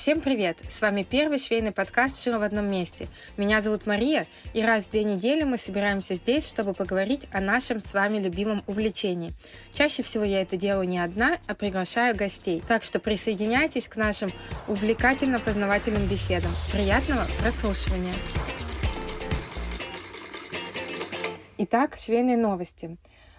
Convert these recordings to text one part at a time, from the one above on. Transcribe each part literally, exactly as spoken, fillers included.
Всем привет! С вами первый швейный подкаст «Шила в одном месте». Меня зовут Мария, и раз в две недели мы собираемся здесь, чтобы поговорить о нашем с вами любимом увлечении. Чаще всего я это делаю не одна, а приглашаю гостей. Так что присоединяйтесь к нашим увлекательно-познавательным беседам. Приятного прослушивания! Итак, швейные новости.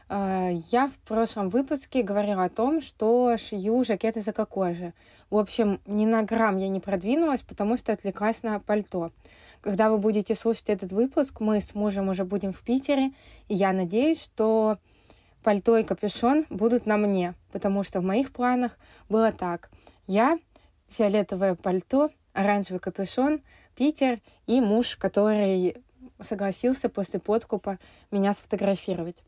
Я в прошлом выпуске говорила о том, что шью жакет из эко-кожи. В общем, ни на грамм я не продвинулась, потому что отвлеклась на пальто. Когда вы будете слушать этот выпуск, мы с мужем уже будем в Питере, и я надеюсь, что пальто и капюшон будут на мне, потому что в моих планах было так. Я, фиолетовое пальто, оранжевый капюшон, Питер и муж, который согласился после подкупа меня сфотографировать.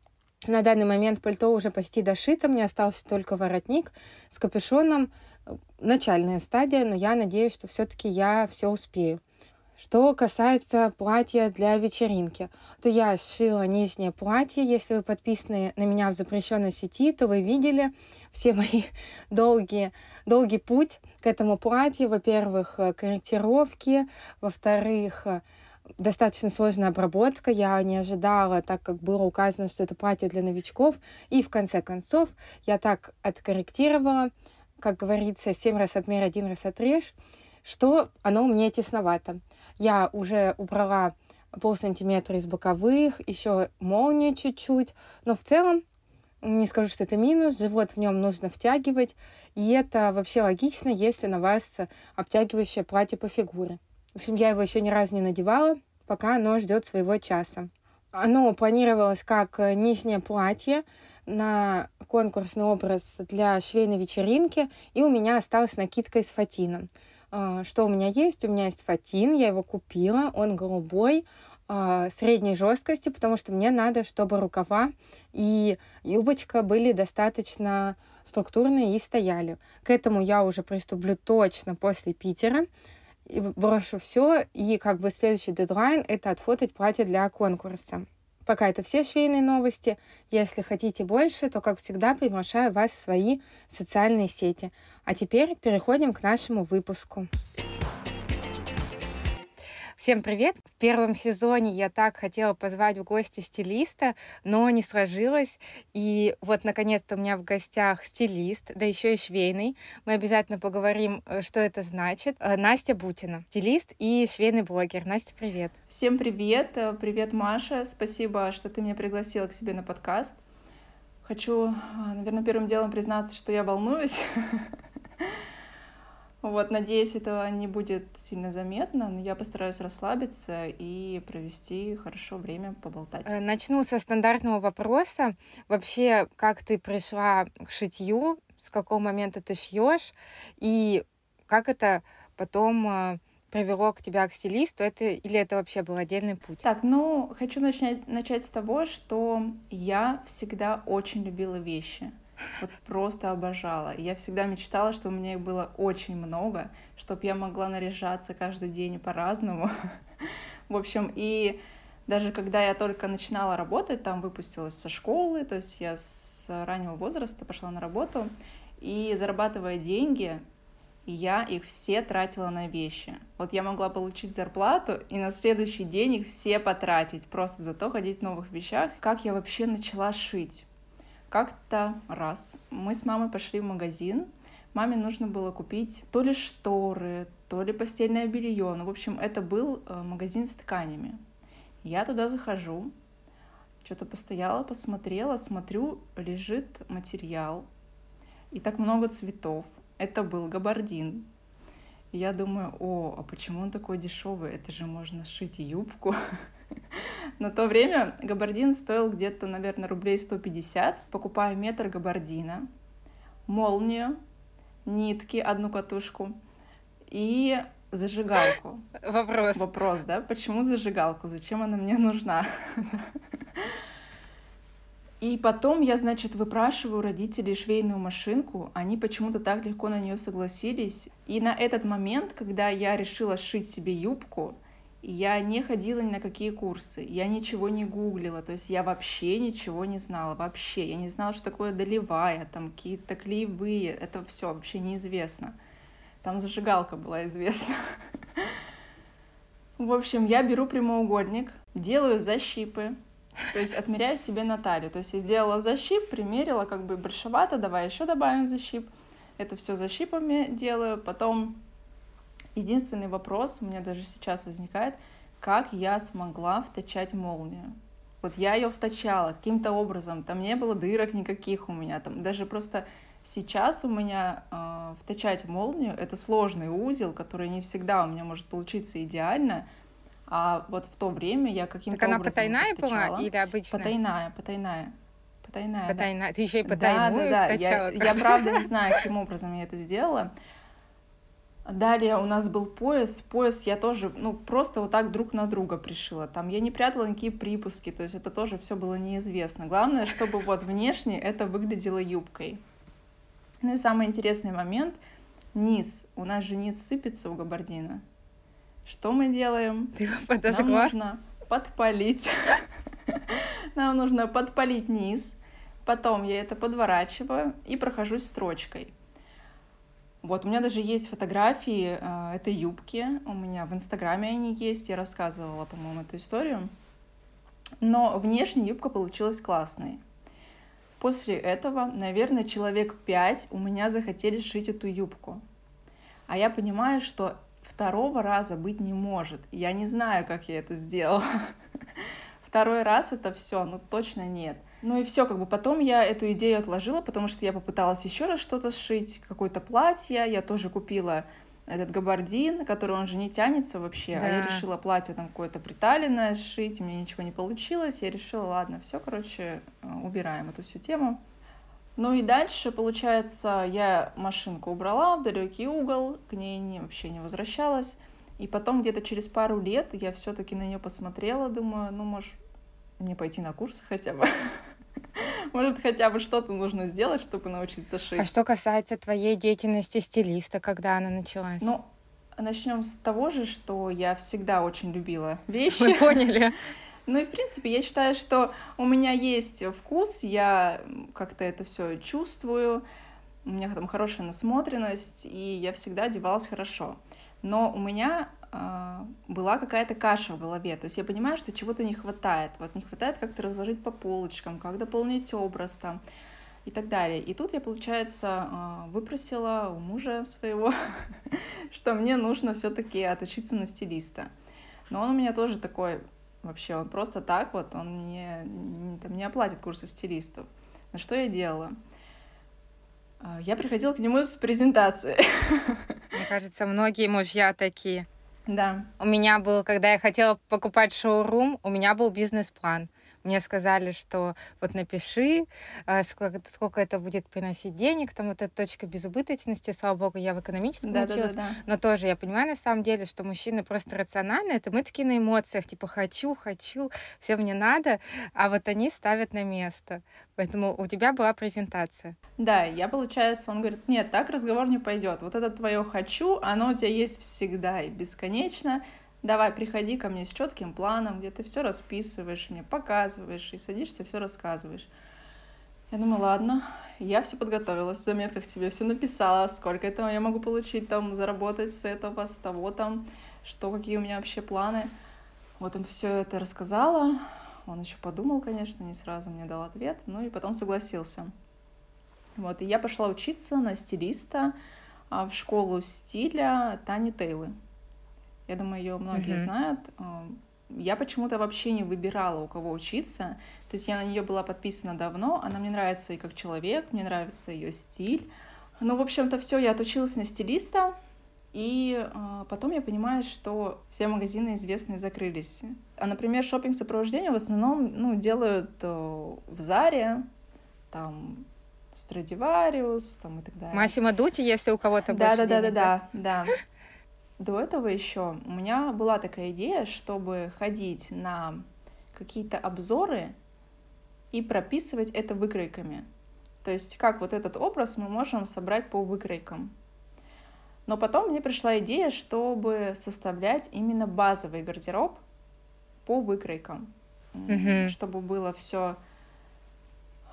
На данный момент пальто уже почти дошито, мне остался только воротник с капюшоном. Начальная стадия, но я надеюсь, что все-таки я все успею. Что касается платья для вечеринки, то я сшила нижнее платье. Если вы подписаны на меня в запрещенной сети, то вы видели все мои долгие, долгий путь к этому платью. Во-первых, корректировки, во-вторых, достаточно сложная обработка, я не ожидала, так как было указано, что это платье для новичков, и в конце концов я так откорректировала, как говорится, семь раз отмерь, один раз отрежь, что оно мне тесновато. Я уже убрала пол сантиметра из боковых, еще молнию чуть-чуть, но в целом не скажу, что это минус, живот в нем нужно втягивать, и это вообще логично, если на вас обтягивающее платье по фигуре. В общем, я его еще ни разу не надевала, пока оно ждет своего часа. Оно планировалось как нижнее платье на конкурсный образ для швейной вечеринки, и у меня осталась накидка из фатина. Что у меня есть? У меня есть фатин, я его купила, он голубой, средней жесткости, потому что мне надо, чтобы рукава и юбочка были достаточно структурные и стояли. К этому я уже приступлю точно после Питера. И брошу все, и как бы следующий дедлайн — это отфотать платье для конкурса. Пока это все швейные новости. Если хотите больше, то, как всегда, приглашаю вас в свои социальные сети. А теперь переходим к нашему выпуску. Всем привет! В первом сезоне я так хотела позвать в гости стилиста, но не сложилось. И вот, наконец-то, у меня в гостях стилист, да еще и швейный. Мы обязательно поговорим, что это значит. Настя Бутина, стилист и швейный блогер. Настя, привет! Всем привет! Привет, Маша! Спасибо, что ты меня пригласила к себе на подкаст. Хочу, наверное, первым делом признаться, что я волнуюсь. Вот, надеюсь, этого не будет сильно заметно, но я постараюсь расслабиться и провести хорошо время, поболтать. Начну со стандартного вопроса. Вообще, как ты пришла к шитью, с какого момента ты шьешь, и как это потом привело к тебя к стилисту, это, или это вообще был отдельный путь? Так, ну, хочу начать, начать с того, что я всегда очень любила вещи. Вот просто обожала. Я всегда мечтала, что у меня их было очень много, чтобы я могла наряжаться каждый день по-разному. В общем, и даже когда я только начинала работать, там выпустилась со школы, то есть я с раннего возраста пошла на работу, и зарабатывая деньги, я их все тратила на вещи. Вот я могла получить зарплату и на следующий день их все потратить, просто зато ходить в новых вещах. Как я вообще начала шить? Как-то раз мы с мамой пошли в магазин, маме нужно было купить то ли шторы, то ли постельное белье. Ну, в общем, это был магазин с тканями. Я туда захожу, что-то постояла, посмотрела, смотрю, лежит материал, и так много цветов. Это был габардин. И я думаю, о, а почему он такой дешевый? Это же можно сшить юбку. На то время габардин стоил где-то, наверное, рублей сто пятьдесят. Покупаю метр габардина, молнию, нитки, одну катушку и зажигалку. Вопрос. Вопрос, да? Почему зажигалку? Зачем она мне нужна? И потом я, значит, выпрашиваю у родителей швейную машинку. Они почему-то так легко на нее согласились. И на этот момент, когда я решила сшить себе юбку, я не ходила ни на какие курсы, я ничего не гуглила, то есть я вообще ничего не знала, вообще. Я не знала, что такое долевая, там какие-то клеевые, это все вообще неизвестно. Там зажигалка была известна. В общем, я беру прямоугольник, делаю защипы, то есть отмеряю себе на талию. То есть я сделала защип, примерила, как бы большевато, давай еще добавим защип. Это все защипами делаю. Потом единственный вопрос у меня даже сейчас возникает, как я смогла втачать молнию. Вот я ее втачала каким-то образом, там не было дырок никаких у меня, там даже просто сейчас у меня э, втачать молнию — это сложный узел, который не всегда у меня может получиться идеально, а вот в то время я каким-то Так она образом потайная это была втачала. или обычная? Потайная, потайная, потайная, да. Потайная. Ты еще и Да, да, потайную да, я, втачала. я правда не знаю, каким образом я это сделала. Далее у нас был пояс. Пояс я тоже, ну, просто вот так друг на друга пришила. Там я не прятала никакие припуски, то есть это тоже все было неизвестно. Главное, чтобы вот внешне это выглядело юбкой. Ну и самый интересный момент — низ. У нас же низ сыпется у габардина. Что мы делаем? Ты его подожгла? Нам нужно подпалить. Нам нужно подпалить низ. Потом я это подворачиваю и прохожусь строчкой. Вот, у меня даже есть фотографии э, этой юбки, у меня в Инстаграме они есть, я рассказывала, по-моему, эту историю. Но внешне юбка получилась классной. После этого, наверное, человек пять у меня захотели шить эту юбку. А я понимаю, что второго раза быть не может. Я не знаю, как я это сделала. Второй раз это все, ну точно нет. Ну и все, как бы потом я эту идею отложила, потому что я попыталась еще раз что-то сшить, какое-то платье. Я тоже купила этот габардин, который он же не тянется вообще. Да. А я решила платье там какое-то приталенное сшить, мне ничего не получилось. Я решила, ладно, все, короче, убираем эту всю тему. Ну и дальше, получается, я машинку убрала в далекий угол, к ней не, вообще не возвращалась. И потом где-то через пару лет я все-таки на нее посмотрела, думаю, ну, может, мне пойти на курсы хотя бы. Может, хотя бы что-то нужно сделать, чтобы научиться шить. А что касается твоей деятельности стилиста, когда она началась? Ну, начнем с того же, что я всегда очень любила вещи. Мы поняли. Ну и, в принципе, я считаю, что у меня есть вкус, я как-то это все чувствую, у меня там хорошая насмотренность, и я всегда одевалась хорошо. Но у меня э, была какая-то каша в голове, то есть я понимаю, что чего-то не хватает, вот не хватает как-то разложить по полочкам, как дополнить образ там и так далее. И тут я, получается, э, выпросила у мужа своего, что мне нужно все-таки отучиться на стилиста. Но он у меня тоже такой, вообще, он просто так вот, он мне там, не оплатит курсы стилистов. На что я делала? Я приходила к нему с презентацией. Мне кажется, многие мужья такие. Да. У меня был, когда я хотела покупать шоурум, у меня был бизнес-план. Мне сказали, что вот напиши, сколько, сколько это будет приносить денег, там вот эта точка безубыточности, слава богу, я в экономическом да, училась, да, да, да. Но тоже я понимаю на самом деле, что мужчины просто рациональны, это мы такие на эмоциях, типа хочу, хочу, все мне надо, а вот они ставят на место. Поэтому у тебя была презентация. Да, я, получается, он говорит, нет, так разговор не пойдет, вот это твое хочу, оно у тебя есть всегда и бесконечно. Давай, приходи ко мне с четким планом, где ты все расписываешь, мне показываешь и садишься, все рассказываешь. Я думаю, ладно, я все подготовилась, в заметках себе все написала, сколько этого я могу получить, там, заработать с этого, с того, там, что, какие у меня вообще планы. Вот он все это рассказала, он еще подумал, конечно, не сразу мне дал ответ, ну и потом согласился. Вот, и я пошла учиться на стилиста в школу стиля Тани Тейлы. Я думаю, ее многие mm-hmm. знают. Я почему-то вообще не выбирала, у кого учиться. То есть я на нее была подписана давно. Она мне нравится и как человек, мне нравится ее стиль. Ну, в общем-то, все, я отучилась на стилиста. И э, потом я понимаю, что все магазины известные закрылись. А, например, шопинг-сопровождение в основном ну, делают э, в Заре, там, Страдивариус, там и так далее. Массимо Дутти, если у кого-то да, больше да, денег. Да, да, да, да. До этого еще у меня была такая идея, чтобы ходить на какие-то обзоры и прописывать это выкройками. То есть как вот этот образ мы можем собрать по выкройкам. Но потом мне пришла идея, чтобы составлять именно базовый гардероб по выкройкам, mm-hmm. чтобы было все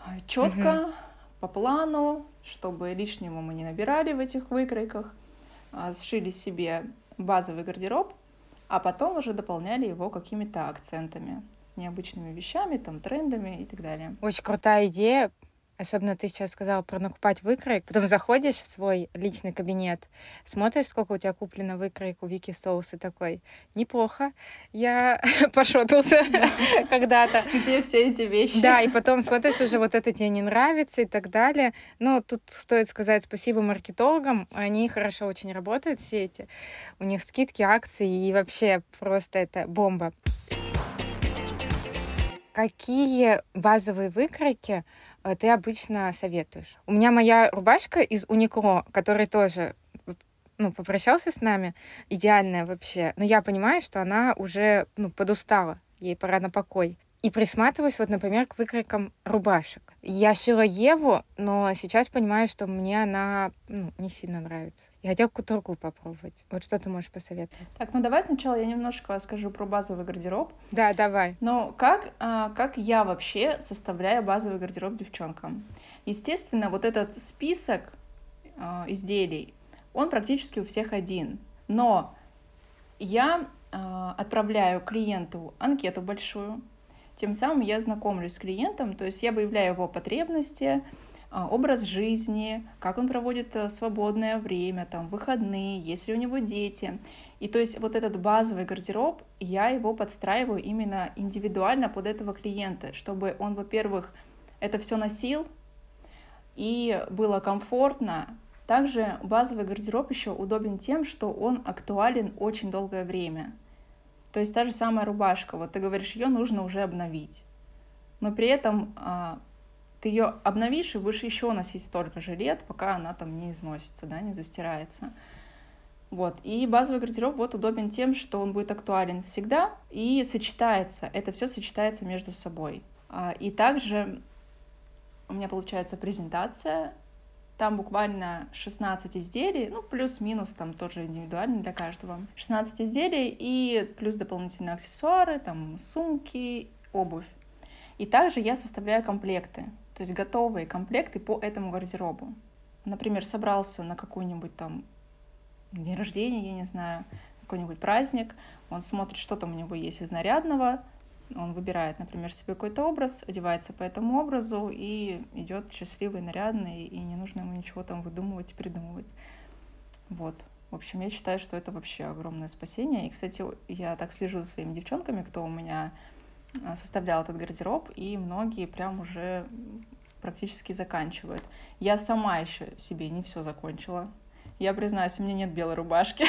четко, mm-hmm. по плану, чтобы лишнего мы не набирали в этих выкройках. а, сшили себе базовый гардероб, а потом уже дополняли его какими-то акцентами, необычными вещами, там, трендами и так далее. Очень крутая идея. Особенно ты сейчас сказала про накупать выкроек. Потом заходишь в свой личный кабинет, смотришь, сколько у тебя куплено выкроек у Вики Соус, и такой, неплохо, я пошопился когда-то. Где все эти вещи? Да, и потом смотришь уже, вот это тебе не нравится и так далее. Но тут стоит сказать спасибо маркетологам, они хорошо очень работают, все эти. У них скидки, акции, и вообще просто это бомба. Какие базовые выкройки э, ты обычно советуешь? У меня моя рубашка из Uniqlo, который тоже ну, попрощался с нами, идеальная вообще. Но я понимаю, что она уже ну, подустала, ей пора на покой. И присматриваюсь, вот, например, к выкройкам рубашек. Я шила Еву, но сейчас понимаю, что мне она ну, не сильно нравится. Я хотела какую-то другую попробовать. Вот что ты можешь посоветовать? Так, ну давай сначала я немножко скажу про базовый гардероб. Да, давай. Но как, а, как я вообще составляю базовый гардероб девчонкам? Естественно, вот этот список а, изделий, он практически у всех один. Но я а, отправляю клиенту анкету большую, тем самым я знакомлюсь с клиентом, то есть я выявляю его потребности, а, образ жизни, как он проводит а, свободное время, там, выходные, есть ли у него дети. И то есть вот этот базовый гардероб, я его подстраиваю именно индивидуально под этого клиента, чтобы он, во-первых, это все носил и было комфортно. Также базовый гардероб еще удобен тем, что он актуален очень долгое время. То есть та же самая рубашка, вот ты говоришь, ее нужно уже обновить, но при этом а, ты ее обновишь и будешь еще носить столько же лет, пока она там не износится, да, не застирается. Вот. И базовый гардероб вот удобен тем, что он будет актуален всегда и сочетается, это все сочетается между собой. А, и также у меня получается презентация, там буквально шестнадцать изделий, ну, плюс-минус, там тоже индивидуально для каждого. шестнадцать изделий и плюс дополнительные аксессуары, там, сумки, обувь. И также я составляю комплекты, то есть готовые комплекты по этому гардеробу. Например, собрался на какой-нибудь там день рождения, я не знаю, какой-нибудь праздник, он смотрит, что там у него есть из нарядного, он выбирает, например, себе какой-то образ, одевается по этому образу и идет счастливый, нарядный, и не нужно ему ничего там выдумывать и придумывать. Вот. В общем, я считаю, что это вообще огромное спасение. И, кстати, я так слежу за своими девчонками, кто у меня составлял этот гардероб, и многие прям уже практически заканчивают. Я сама еще себе не все закончила. Я признаюсь, у меня нет белой рубашки.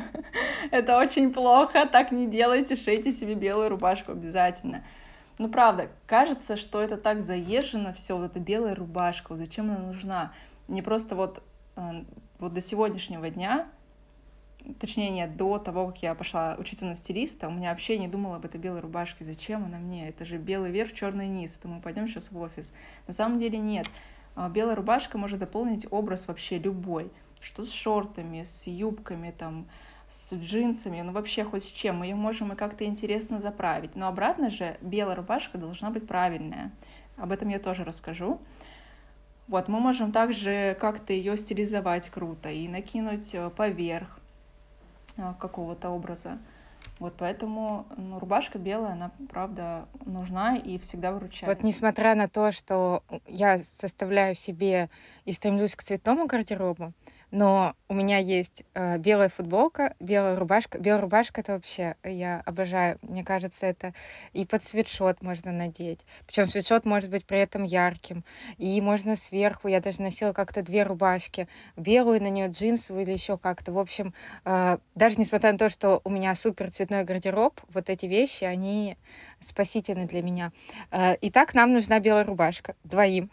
Это очень плохо, так не делайте, шейте себе белую рубашку обязательно. Ну, правда, кажется, что это так заезжено все, вот эта белая рубашка, вот зачем она нужна? Мне просто вот, вот до сегодняшнего дня, точнее, нет, до того, как я пошла учиться на стилиста, у меня вообще не думала об этой белой рубашке. Зачем она мне? Это же белый верх, черный низ, то мы пойдем сейчас в офис. На самом деле нет. Белая рубашка может дополнить образ вообще любой. Что с шортами, с юбками, там, с джинсами, ну вообще хоть с чем. Мы ее можем и как-то интересно заправить. Но обратно же белая рубашка должна быть правильная. Об этом я тоже расскажу. Вот, мы можем также как-то ее стилизовать круто и накинуть поверх какого-то образа. Вот поэтому ну, рубашка белая, она, правда, нужна и всегда выручает. Вот несмотря на то, что я составляю себе и стремлюсь к цветному гардеробу, но у меня есть э, белая футболка, белая рубашка. Белая рубашка это вообще я обожаю. Мне кажется, это и под свитшот можно надеть. Причем свитшот может быть при этом ярким. И можно сверху. Я даже носила как-то две рубашки. Белую, на нее джинсовую или еще как-то. В общем, э, даже несмотря на то, что у меня супер цветной гардероб, вот эти вещи, они спасительны для меня. Э, итак, нам нужна белая рубашка. Двоим.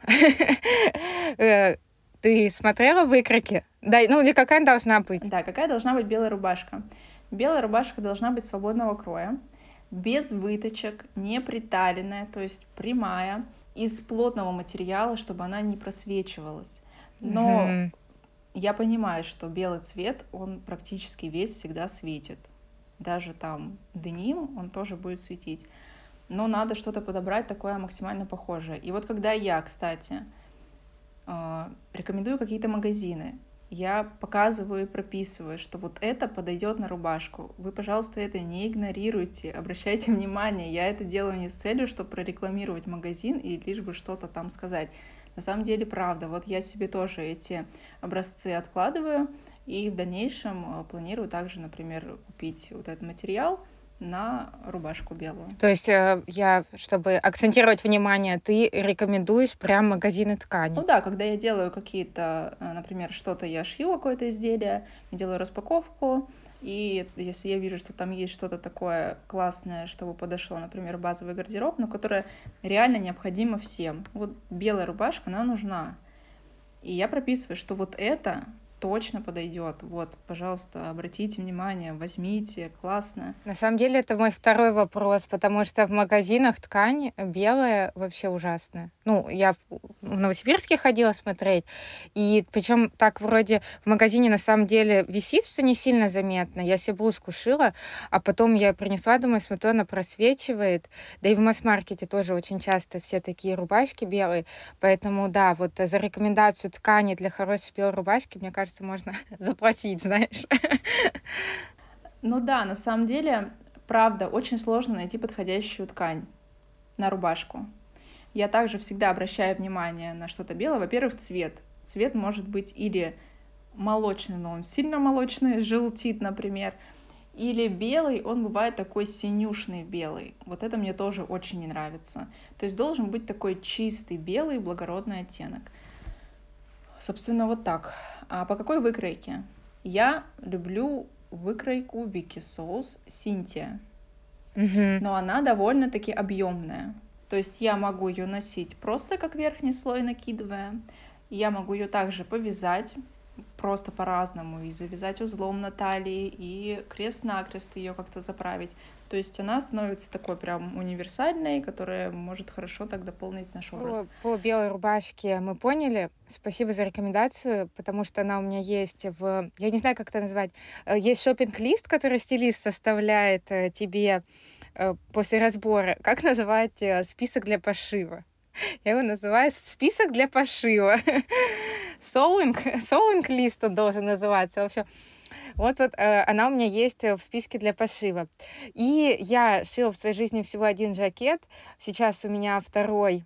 Ты смотрела выкройки? Да, ну или какая она должна быть? Да, какая должна быть белая рубашка? Белая рубашка должна быть свободного кроя, без выточек, не приталенная, то есть прямая, из плотного материала, чтобы она не просвечивалась. Но mm-hmm. я понимаю, что белый цвет, он практически весь всегда светит. Даже там деним, он тоже будет светить. Но надо что-то подобрать такое максимально похожее. И вот когда я, кстати, рекомендую какие-то магазины, я показываю и прописываю, что вот это подойдет на рубашку. Вы, пожалуйста, это не игнорируйте, обращайте внимание. Я это делаю не с целью, чтобы прорекламировать магазин и лишь бы что-то там сказать. На самом деле, правда, вот я себе тоже эти образцы откладываю, и в дальнейшем планирую также, например, купить вот этот материал на рубашку белую. То есть э, я, чтобы акцентировать внимание, ты рекомендуешь прям магазины тканей? Ну да, когда я делаю какие-то, э, например, что-то я шью, какое-то изделие, я делаю распаковку, и если я вижу, что там есть что-то такое классное, чтобы подошло, например, базовый гардероб, но которое реально необходимо всем. Вот белая рубашка, она нужна. И я прописываю, что вот это точно подойдет. Вот, пожалуйста, обратите внимание, возьмите, классно. На самом деле это мой второй вопрос, потому что в магазинах ткань белая вообще ужасная. Ну, я в в Новосибирске ходила смотреть, и причем так вроде в магазине на самом деле висит, что не сильно заметно. Я себе блузку шила, а потом я принесла домой, смотрю, она просвечивает. Да и в масс-маркете тоже очень часто все такие рубашки белые. Поэтому, да, вот за рекомендацию ткани для хорошей белой рубашки, мне кажется, можно заплатить, знаешь. Ну да, на самом деле, правда, очень сложно найти подходящую ткань на рубашку. Я также всегда обращаю внимание на что-то белое. Во-первых, цвет. Цвет может быть или молочный, но он сильно молочный, желтит, например, или белый, он бывает такой синюшный белый. Вот это мне тоже очень не нравится. То есть должен быть такой чистый белый, благородный оттенок. Собственно, вот так. А по какой выкройке? Я люблю выкройку Вики Соус Синтия, Мгм. но она довольно-таки объемная. То есть я могу ее носить просто как верхний слой, накидывая. Я могу ее также повязать просто по-разному, и завязать узлом на талии, и крест-накрест ее как-то заправить. То есть она становится такой прям универсальной, которая может хорошо так дополнить наш образ. По, по белой рубашке мы поняли. Спасибо за рекомендацию, потому что она у меня есть в... Я не знаю, как это назвать. Э, Есть шопинг-лист, который стилист составляет э, тебе э, после разбора. Как называть э, список для пошива? Я его называю список для пошива. Соуинг, соуинг лист он должен называться. В общем, вот вот э, она у меня есть э, в списке для пошива. И я шила в своей жизни всего один жакет. Сейчас у меня второй.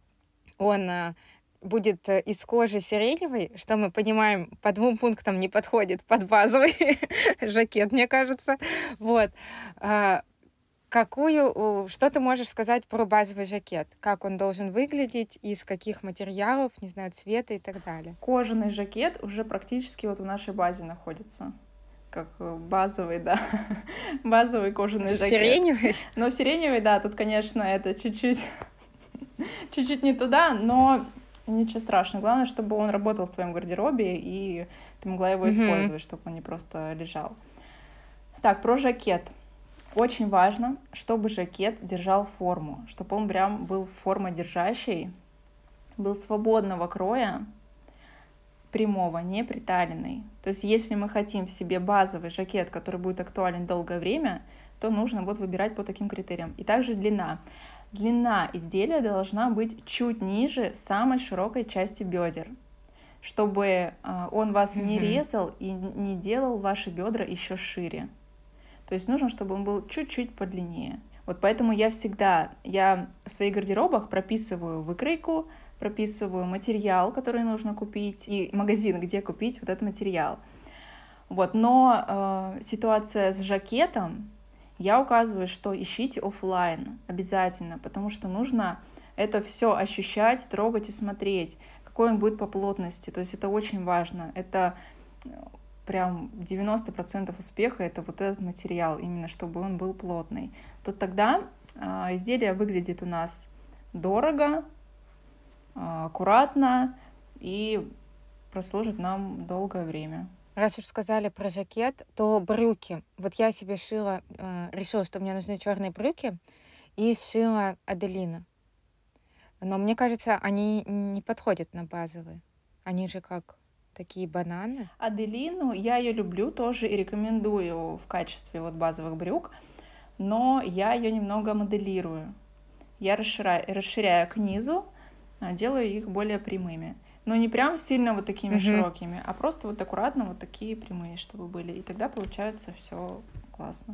Он э, будет э, из кожи сиреневой, что мы понимаем, по двум пунктам не подходит под базовый жакет, мне кажется. Вот. А, Какую, у, что ты можешь сказать про базовый жакет? Как он должен выглядеть, из каких материалов, не знаю, цвета и так далее? Кожаный жакет уже практически вот в нашей базе находится. Как э, базовый, да, базовый кожаный жакет. Сиреневый? Но сиреневый, да, тут, конечно, это чуть-чуть, чуть-чуть не туда, но ничего страшного. Главное, чтобы он работал в твоем гардеробе, и ты могла его Мгм. использовать, чтобы он не просто лежал. Так, про жакет. Очень важно, чтобы жакет держал форму, чтобы он прям был формодержащий, был свободного кроя, прямого, не приталенный. То есть если мы хотим в себе базовый жакет, который будет актуален долгое время, то нужно вот выбирать по таким критериям. И также длина. Длина изделия должна быть чуть ниже самой широкой части бедер, чтобы а, он вас не Мгм. резал и не делал ваши бедра еще шире. То есть нужно, чтобы он был чуть-чуть подлиннее. Вот поэтому я всегда, я в своих гардеробах прописываю выкройку, прописываю материал, который нужно купить, и магазин, где купить вот этот материал. Вот, но э, ситуация с жакетом, я указываю, что ищите офлайн обязательно, потому что нужно это все ощущать, трогать и смотреть, какой он будет по плотности. То есть это очень важно. Это прям девяносто процентов успеха — это вот этот материал, именно чтобы он был плотный. То тогда э, изделие выглядит у нас дорого, э, аккуратно и прослужит нам долгое время. Раз уж сказали про жакет, то брюки. Вот я себе шила, э, решила, что мне нужны черные брюки, и сшила Аделина. Но мне кажется, они не подходят на базовые. Они же как такие бананы. Аделину я ее люблю тоже и рекомендую в качестве вот базовых брюк, но я ее немного моделирую. Я расширяю, расширяю к низу, а, делаю их более прямыми. но не прям сильно вот такими Мгм. широкими, а просто вот аккуратно вот такие прямые, чтобы были. И тогда получается все классно.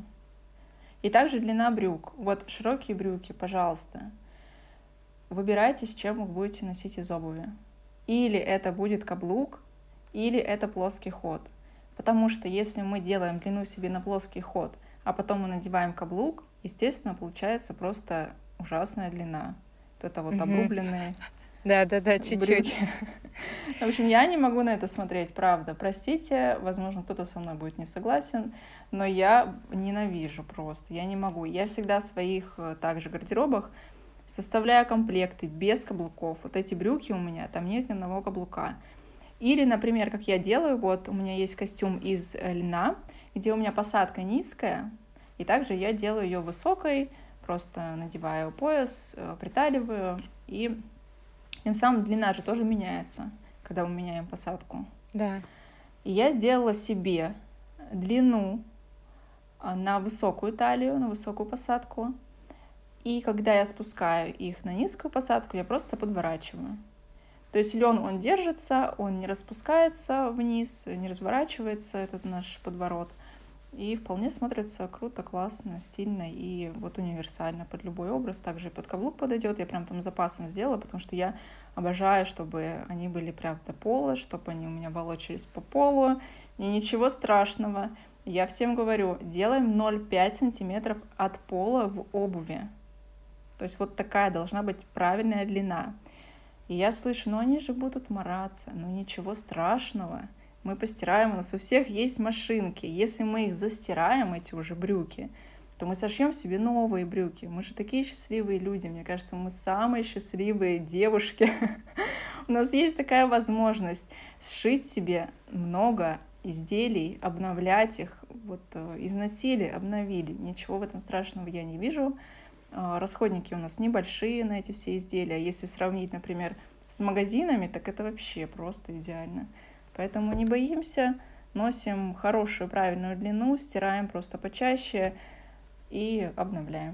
И также длина брюк. Вот широкие брюки, пожалуйста, выбирайте, с чем вы будете носить из обуви. Или это будет каблук, или это плоский ход. Потому что если мы делаем длину себе на плоский ход, а потом мы надеваем каблук, естественно, получается просто ужасная длина. Вот это вот Мгм. обрубленные Да-да-да, чуть-чуть. брюки. В общем, я не могу на это смотреть, правда. Простите, возможно, кто-то со мной будет не согласен, но я ненавижу просто. Я не могу. Я всегда в своих э, также гардеробах составляю комплекты без каблуков. Вот эти брюки у меня, там нет ни одного каблука. Или, например, как я делаю, вот у меня есть костюм из э, льна, где у меня посадка низкая, и также я делаю ее высокой, просто надеваю пояс, э, приталиваю, и тем самым длина же тоже меняется, когда мы меняем посадку. Да. И я сделала себе длину а, на высокую талию, на высокую посадку. И когда я спускаю их на низкую посадку, я просто подворачиваю. То есть лен, он держится, он не распускается вниз, не разворачивается, этот наш подворот. И вполне смотрится круто, классно, стильно и вот универсально под любой образ. Также и под каблук подойдет. Я прям там запасом сделала, потому что я обожаю, чтобы они были прям до пола, чтобы они у меня волочились по полу. И ничего страшного. Я всем говорю, делаем ноль целых пять сантиметров от пола в обуви. То есть вот такая должна быть правильная длина. И я слышу, ну они же будут мараться, ну ничего страшного. Мы постираем, у нас у всех есть машинки. Если мы их застираем, эти уже брюки, то мы сошьем себе новые брюки. Мы же такие счастливые люди. Мне кажется, мы самые счастливые девушки. У нас есть такая возможность сшить себе много изделий, обновлять их. Вот износили, обновили. Ничего в этом страшного я не вижу. Расходники у нас небольшие на эти все изделия. Если сравнить, например, с магазинами, так это вообще просто идеально. Поэтому не боимся, носим хорошую правильную длину, стираем просто почаще и обновляем.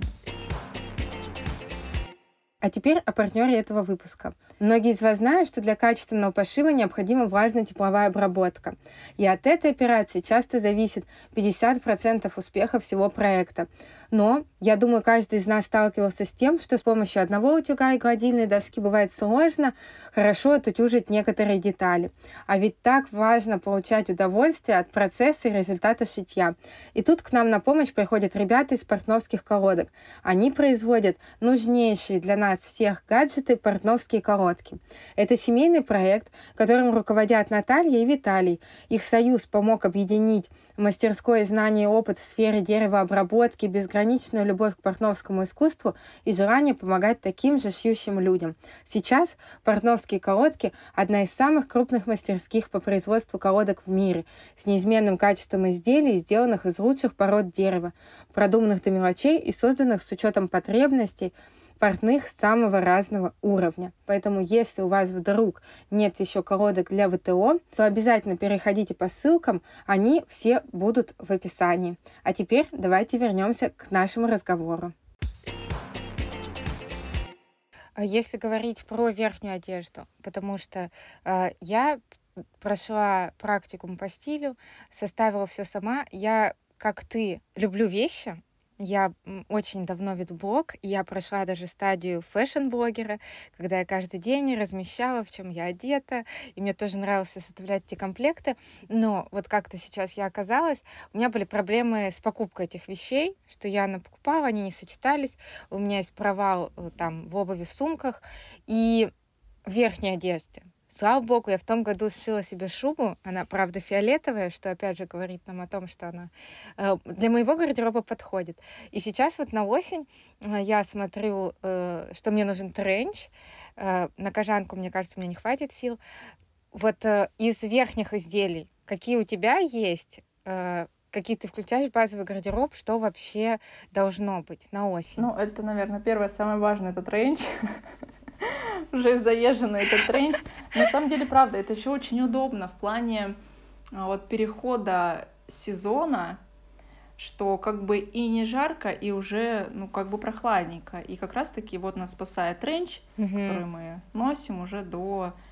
А теперь о партнере этого выпуска. Многие из вас знают, что для качественного пошива необходима влажная тепловая обработка. И от этой операции часто зависит пятьдесят процентов успеха всего проекта. Но я думаю, каждый из нас сталкивался с тем, что с помощью одного утюга и гладильной доски бывает сложно хорошо отутюжить некоторые детали. А ведь так важно получать удовольствие от процесса и результата шитья. И тут к нам на помощь приходят ребята из портновских колодок. Они производят нужнейшие для нас всех гаджеты «Портновские колодки». Это семейный проект, которым руководят Наталья и Виталий. Их союз помог объединить мастерское знание и опыт в сфере деревообработки, безграничную любовь к портновскому искусству и желание помогать таким же шьющим людям. Сейчас «Портновские колодки» — одна из самых крупных мастерских по производству колодок в мире, с неизменным качеством изделий, сделанных из лучших пород дерева, продуманных до мелочей и созданных с учетом потребностей портных самого разного уровня. Поэтому, если у вас вдруг нет еще колодок для ВТО, то обязательно переходите по ссылкам, они все будут в описании. А теперь давайте вернемся к нашему разговору. Если говорить про верхнюю одежду, потому что э, я прошла практикум по стилю, составила все сама. Я, как ты, люблю вещи. Я м, очень давно веду блог, и я прошла даже стадию фэшн-блогера, когда я каждый день размещала, в чем я одета, и мне тоже нравилось составлять эти комплекты. Но вот как-то сейчас я оказалась, у меня были проблемы с покупкой этих вещей, что я напокупала, они не сочетались, у меня есть провал э, там в обуви, в сумках и в верхней одежде. Слава богу, я в том году сшила себе шубу. Она, правда, фиолетовая, что, опять же, говорит нам о том, что она э, для моего гардероба подходит. И сейчас вот на осень э, я смотрю, э, что мне нужен тренч. Э, на кожанку, мне кажется, у меня не хватит сил. Вот э, из верхних изделий, какие у тебя есть, э, какие ты включаешь в базовый гардероб, что вообще должно быть на осень? Ну, это, наверное, первое, самое важное, это тренч. Уже заезженный этот тренч. На самом деле, правда, это еще очень удобно в плане а, вот перехода сезона, что как бы и не жарко, и уже, ну, как бы прохладненько. И как раз-таки вот нас спасает тренч, Мгм. который мы носим уже до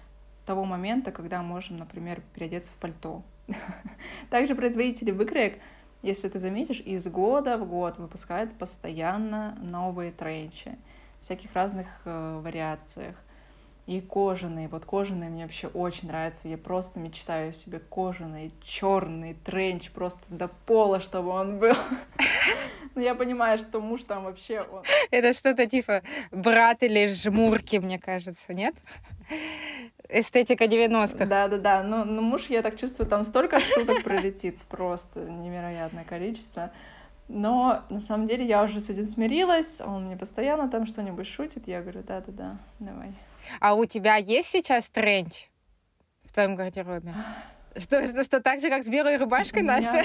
того момента, когда можем, например, переодеться в пальто. Также производители выкроек, если ты заметишь, из года в год выпускают постоянно новые тренчи в всяких разных э, вариациях. И кожаные. Вот кожаные мне вообще очень нравятся. Я просто мечтаю себе кожаный, черный тренч просто до пола, чтобы он был. Но я понимаю, что муж там вообще... Он... Это что-то типа брат или жмурки, мне кажется, нет? Эстетика девяностых. Да-да-да. Но, но муж, я так чувствую, там столько шуток пролетит. Просто невероятное количество. Но на самом деле я уже с этим смирилась. Он мне постоянно там что-нибудь шутит. Я говорю, да-да-да, давай. А у тебя есть сейчас тренч в твоем гардеробе? Что, что, что так же, как с белой рубашкой, Настя?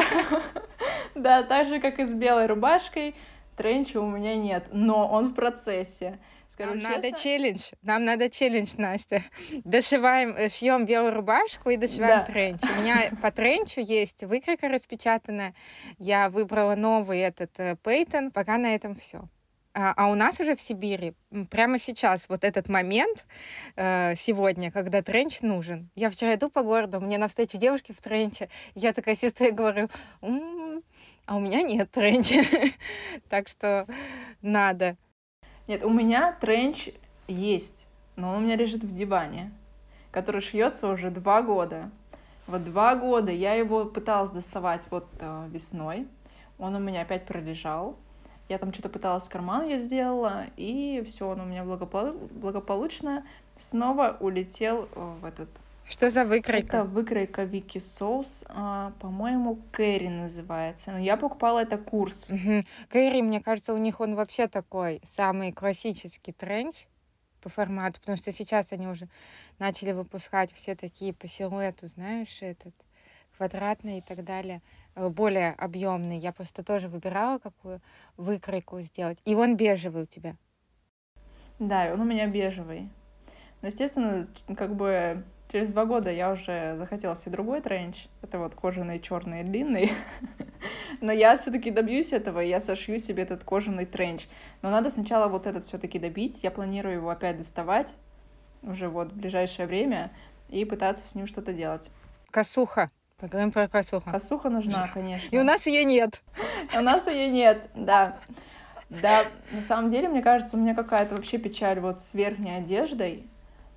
Да, так же, как и с белой рубашкой, тренча у меня нет, но он в процессе. Скажу Нам честно... надо челлендж. Нам надо челлендж, Настя. Дошиваем, шьем белую рубашку и дошиваем да. тренч. У меня по тренчу есть выкройка распечатанная. Я выбрала новый этот Пейтон. Пока на этом все. А, а у нас уже в Сибири прямо сейчас вот этот момент э, сегодня, когда тренч нужен. Я вчера иду по городу, мне навстречу девушки в тренче. Я такая сестре говорю, м-м, а у меня нет тренча. Так что надо. Нет, у меня тренч есть, но он у меня лежит в диване, который шьется уже два года. Вот два года я его пыталась доставать вот э, весной. Он у меня опять пролежал. Я там что-то пыталась в карман, я сделала, и все, он у меня благополу- благополучно снова улетел в этот... Что за выкройка? Это выкройка Вики Соус, а, по-моему, Кэрри называется. Но я покупала это курс. Угу. Кэрри, мне кажется, у них он вообще такой самый классический тренч по формату, потому что сейчас они уже начали выпускать все такие по силуэту, знаешь, этот квадратный и так далее, более объемный. Я просто тоже выбирала, какую выкройку сделать. И он бежевый у тебя. Да, и он у меня бежевый. Но, естественно, как бы через два года я уже захотела себе другой тренч. Это вот кожаный, черный, длинный. Но я все-таки добьюсь этого, и я сошью себе этот кожаный тренч. Но надо сначала вот этот все-таки добить. Я планирую его опять доставать уже вот в ближайшее время и пытаться с ним что-то делать. Косуха. Поговорим про косуху. Косуха нужна, конечно. И у нас ее нет. У нас ее нет, да. Да, на самом деле, мне кажется, у меня какая-то вообще печаль вот с верхней одеждой.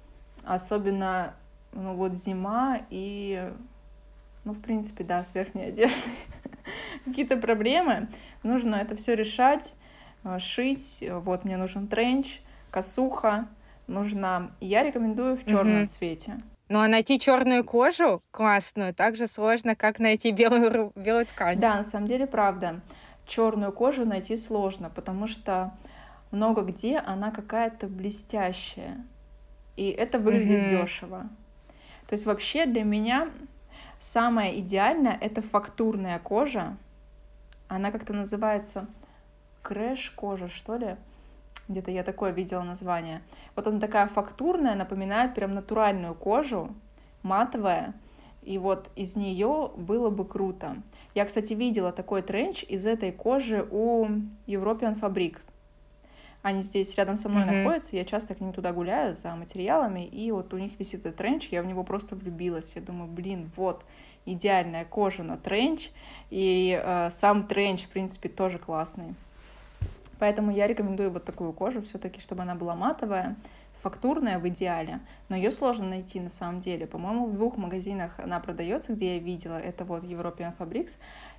Особенно, ну вот зима и, ну, в принципе, да, с верхней одеждой. Какие-то проблемы. Нужно это все решать, шить. Вот мне нужен тренч, косуха. Нужна... Я рекомендую в черном Мгм. цвете. Ну, а найти черную кожу классную так же сложно, как найти белую, ру- белую ткань. Да, на самом деле, правда. Черную кожу найти сложно, потому что много где она какая-то блестящая. И это выглядит Мгм. дешево. То есть вообще для меня самое идеальное это фактурная кожа. Она как-то называется крэш-кожа, что ли? Где-то я такое видела название. Вот она такая фактурная, напоминает прям натуральную кожу, матовая. И вот из нее было бы круто. Я, кстати, видела такой тренч из этой кожи у European Fabrics. Они здесь рядом со мной Мгм. находятся, я часто к ним туда гуляю за материалами, и вот у них висит этот тренч, я в него просто влюбилась. Я думаю, блин, вот, идеальная кожа на тренч, и э, сам тренч, в принципе, тоже классный. Поэтому я рекомендую вот такую кожу все-таки, чтобы она была матовая, фактурная в идеале, но ее сложно найти на самом деле. По-моему, в двух магазинах она продается, где я видела, это вот European Fabrics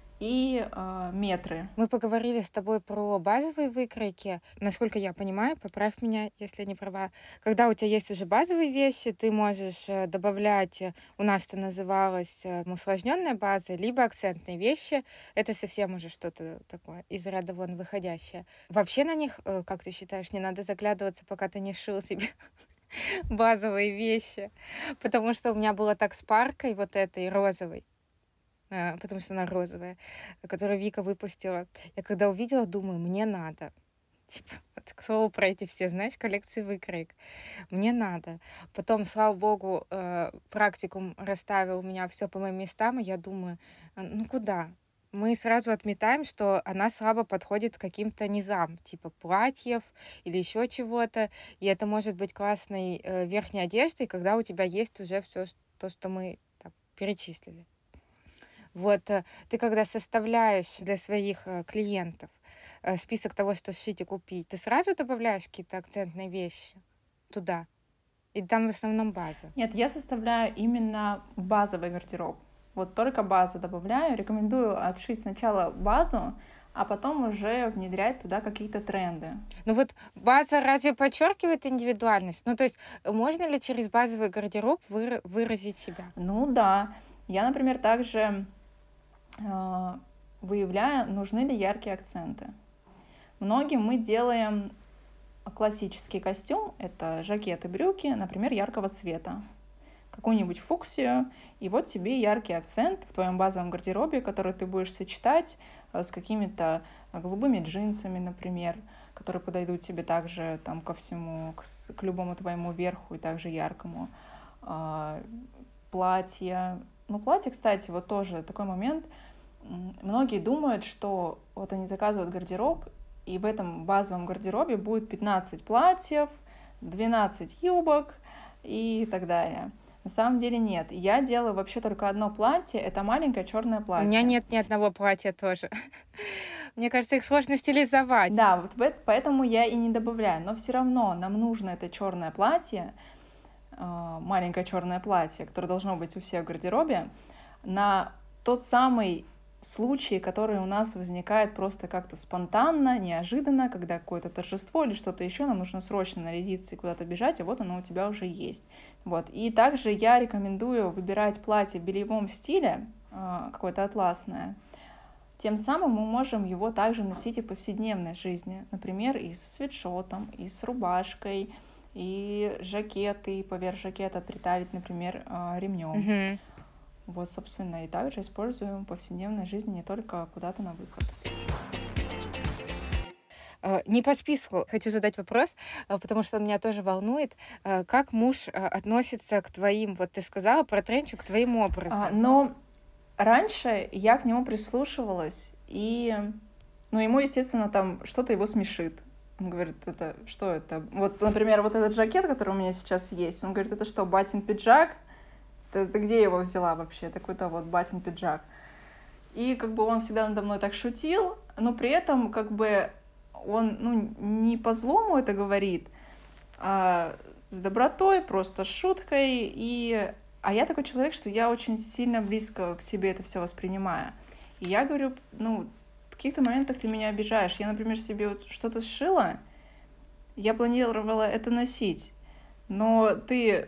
и э, метры. Мы поговорили с тобой про базовые выкройки. Насколько я понимаю, поправь меня, если я не права. Когда у тебя есть уже базовые вещи, ты можешь э, добавлять, э, у нас это называлось э, усложненная база, либо акцентные вещи. Это совсем уже что-то такое из ряда вон выходящее. Вообще на них, э, как ты считаешь, не надо заглядываться, пока ты не шил себе базовые вещи. Потому что у меня было так с паркой вот этой розовой, э, потому что она розовая, которую Вика выпустила. Я когда увидела, думаю, мне надо. Типа, вот, к слову, про эти все, знаешь, коллекции выкроек. Мне надо. Потом, слава богу, э, практикум расставил у меня все по моим местам, и я думаю, «А, ну куда? мы сразу отметаем, что она слабо подходит к каким-то низам, типа платьев или еще чего-то. И это может быть классной э, верхней одеждой, когда у тебя есть уже все то, что мы там перечислили. Вот э, ты когда составляешь для своих э, клиентов э, список того, что сшить и купить, ты сразу добавляешь какие-то акцентные вещи туда? И там в основном база. Нет, я составляю именно базовый гардероб. Вот только базу добавляю. Рекомендую отшить сначала базу, а потом уже внедрять туда какие-то тренды. Ну вот база разве подчеркивает индивидуальность? Ну то есть э, можно ли через базовый гардероб выра- выразить себя? Ну да. Я, например, также э, выявляю, нужны ли яркие акценты. Многим мы делаем классический костюм, это жакет и брюки, например, яркого цвета. Какую-нибудь фуксию, и вот тебе яркий акцент в твоем базовом гардеробе, который ты будешь сочетать э, с какими-то голубыми джинсами, например, которые подойдут тебе также там ко всему, к, с- к любому твоему верху и также яркому. А, платье. Ну, платье, кстати, вот тоже такой момент. М, Многие думают, что вот они заказывают гардероб, и в этом базовом гардеробе будет пятнадцать платьев, двенадцать юбок и так далее. На самом деле нет. Я делаю вообще только одно платье. Это маленькое черное У меня платье. нет ни одного платья тоже. Мне кажется, их сложно стилизовать. Да, вот в это- поэтому я и не добавляю. Но все равно нам нужно это черное платье, э, маленькое черное платье, которое должно быть у всех в гардеробе, на тот самый случай, который у нас возникает просто как-то спонтанно, неожиданно, когда какое-то торжество или что-то еще, нам нужно срочно нарядиться и куда-то бежать, и вот оно у тебя уже есть. Вот. И также я рекомендую выбирать платье в бельевом стиле, э, какое-то атласное. Тем самым мы можем его также носить и в повседневной жизни. Например, и со свитшотом, и с рубашкой, и жакеты, и поверх жакета приталить, например, э, ремнем. Мгм. Вот, собственно, и также используем в повседневной жизни, не только куда-то на выход. Э, Не по списку хочу задать вопрос, э, потому что он меня тоже волнует. Э, Как муж э, относится к твоим, вот ты сказала про тренчу, к твоим А, образам? Но раньше я к нему прислушивалась, и, ну, ему, естественно, там что-то его смешит. Он говорит, это что это? Вот, например, вот этот жакет, который у меня сейчас есть, он говорит, это что, батин пиджак? Ты, ты где его взяла вообще? Такой-то вот батин пиджак. И как бы он всегда надо мной так шутил, но при этом как бы он, ну, не по злому это говорит, а с добротой, просто с шуткой. И... А я такой человек, что я очень сильно близко к себе это все воспринимаю. И я говорю, ну, в каких-то моментах ты меня обижаешь. Я, например, себе вот что-то сшила, я планировала это носить, но ты,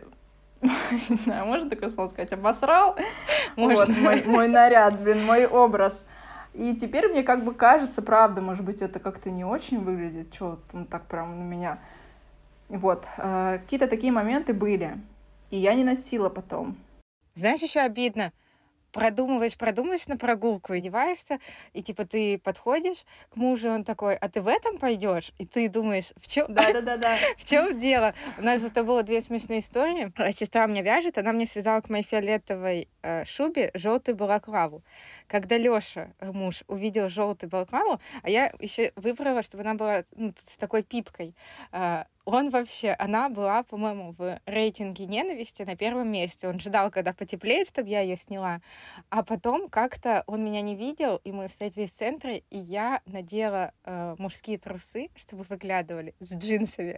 не знаю, можно такое слово сказать, обосрал вот Можно. мой, мой наряд, блин, мой образ. И теперь мне как бы кажется, правда, может быть, это как-то не очень выглядит, что он так прям на меня. Вот, э, какие-то такие моменты были, и я не носила потом. Знаешь, еще обидно. Продумываешь, продумываешь на прогулку, одеваешься, и типа ты подходишь к мужу, и он такой, а ты в этом пойдешь? И ты думаешь, в чем, Да-да-да-да. в чем дело? У нас это было две смешные истории. А Сестра мне вяжет, она мне связала к моей фиолетовой э, шубе желтую балаклаву. Когда Лёша, э, муж, увидел желтую балаклаву, а я еще выбрала, чтобы она была ну, с такой пипкой. э, Он вообще, она была, по-моему, в рейтинге ненависти на первом месте. Он ждал, когда потеплеет, чтобы я ее сняла. А потом как-то он меня не видел, и мы встретились в центре, и я надела э, мужские трусы, чтобы выглядывали, с джинсами.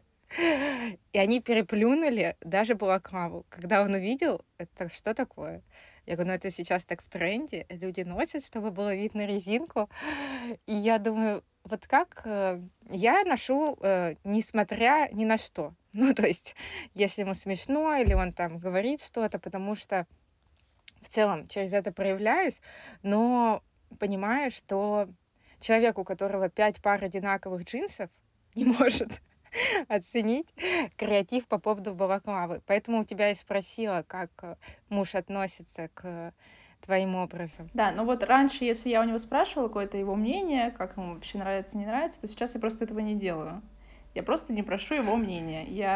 И они переплюнули даже балаклаву. Когда он увидел, это что такое? Я говорю, ну это сейчас так в тренде, люди носят, чтобы было видно резинку. И я думаю, вот как э, я ношу, э, несмотря ни на что. Ну, то есть, если ему смешно, или он там говорит что-то, потому что в целом через это проявляюсь, но понимаю, что человек, у которого пять пар одинаковых джинсов, не может оценить креатив по поводу балаклавы. Поэтому у тебя и спросила, как э, муж относится к твоим образом. Да, но вот раньше, если я у него спрашивала какое-то его мнение, как ему вообще нравится, не нравится, то сейчас я просто этого не делаю. Я просто не прошу его мнения. Я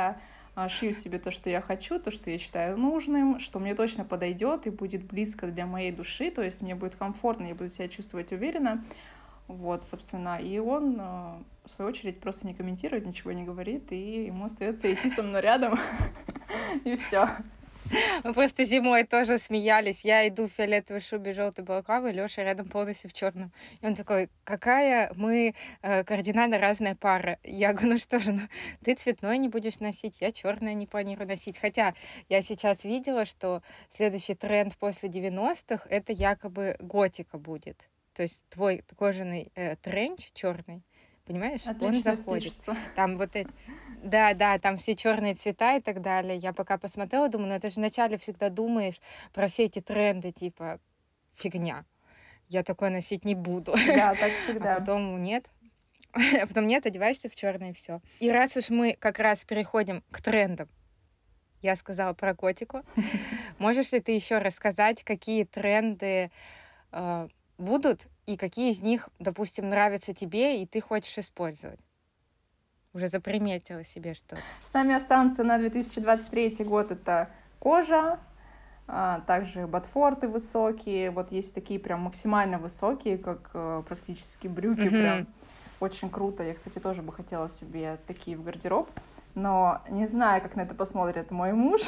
а, шью себе то, что я хочу, то, что я считаю нужным, что мне точно подойдет и будет близко для моей души, то есть мне будет комфортно, я буду себя чувствовать уверенно. Вот, собственно, и он, э, в свою очередь, просто не комментирует, ничего не говорит, и ему остается идти со мной рядом, и все. Мы просто зимой тоже смеялись. Я иду в фиолетовой шубе, желтой балаклаве, Лёша рядом полностью в черном. И он такой: какая мы э, кардинально разная пара. Я говорю: ну что же, ну, ты цветной не будешь носить, я черное не планирую носить. Хотя я сейчас видела, что следующий тренд после девяностых это якобы готика будет. То есть твой кожаный э, тренч черный, понимаешь, он Отлично заходит. пишется. Там вот эти, да, да, там все черные цвета и так далее. Я пока посмотрела, думаю, ну это же вначале всегда думаешь про все эти тренды, типа, фигня. Я такое носить не буду. Да, так А всегда. потом нет. А потом нет, одеваешься в черное и все. И раз уж мы как раз переходим к трендам, я сказала про котику. Можешь ли ты еще рассказать, какие тренды э, будут и какие из них, допустим, нравятся тебе и ты хочешь использовать? Уже заприметила себе что-то. С нами останутся на две тысячи двадцать третий год это кожа, а, также ботфорты высокие, вот есть такие прям максимально высокие, как э, практически брюки, Мгм. прям очень круто. Я, кстати, тоже бы хотела себе такие в гардероб, но не знаю, как на это посмотрит мой муж.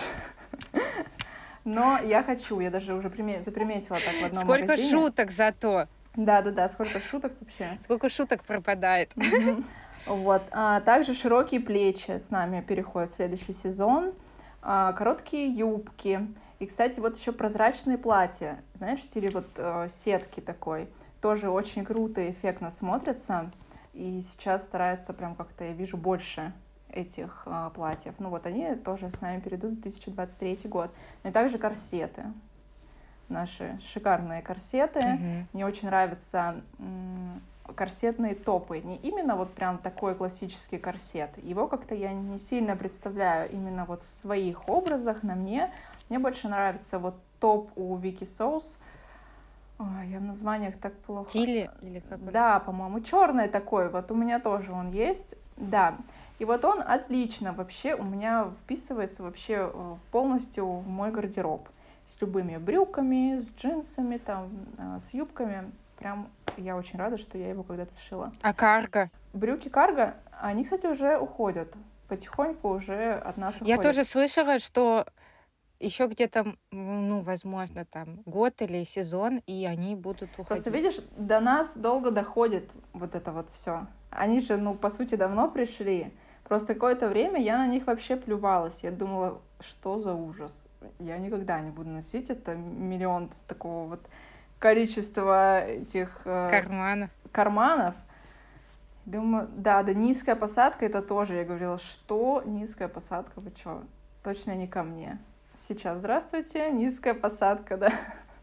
Но я хочу, я даже уже приме- заприметила так в одном Сколько магазине. шуток зато. Да-да-да, сколько шуток вообще. Сколько шуток пропадает. Мгм. Вот. А также широкие плечи с нами переходят в следующий сезон, а, короткие юбки. И, кстати, вот еще прозрачные платья, знаешь, в стиле вот э, сетки такой. Тоже очень круто и эффектно смотрятся. И сейчас стараются прям как-то, я вижу, больше этих а, платьев. Ну вот они тоже с нами перейдут в две тысячи двадцать третий год. Ну и также корсеты. Наши шикарные корсеты. Мгм. Мне очень нравятся м, корсетные топы. Не именно вот прям такой классический корсет. Его как-то я не сильно представляю именно вот в своих образах на мне. Мне больше нравится вот топ у Вики Соус. Ой, я в названиях так плохо. Тили или как он? Да, по-моему, черный такой. Вот у меня тоже он есть. Да. И вот он отлично вообще у меня вписывается вообще э, полностью в мой гардероб. С любыми брюками, с джинсами, там, э, с юбками. Прям я очень рада, что я его когда-то сшила. А карго? Брюки карго, они, кстати, уже уходят. Потихоньку уже от нас Я уходят. тоже слышала, что еще где-то, м, ну, возможно, там год или сезон, и они будут Просто уходить. видишь, до нас долго доходит вот это вот все. Они же, ну, по сути, давно пришли. Просто какое-то время я на них вообще плювалась. Я думала, что за ужас. Я никогда не буду носить это миллион такого вот количества этих э, Кармана. карманов. Думаю, да, да, низкая посадка это тоже. Я говорила, что низкая посадка, вы что? Точно не ко мне. Сейчас, здравствуйте, низкая посадка, да.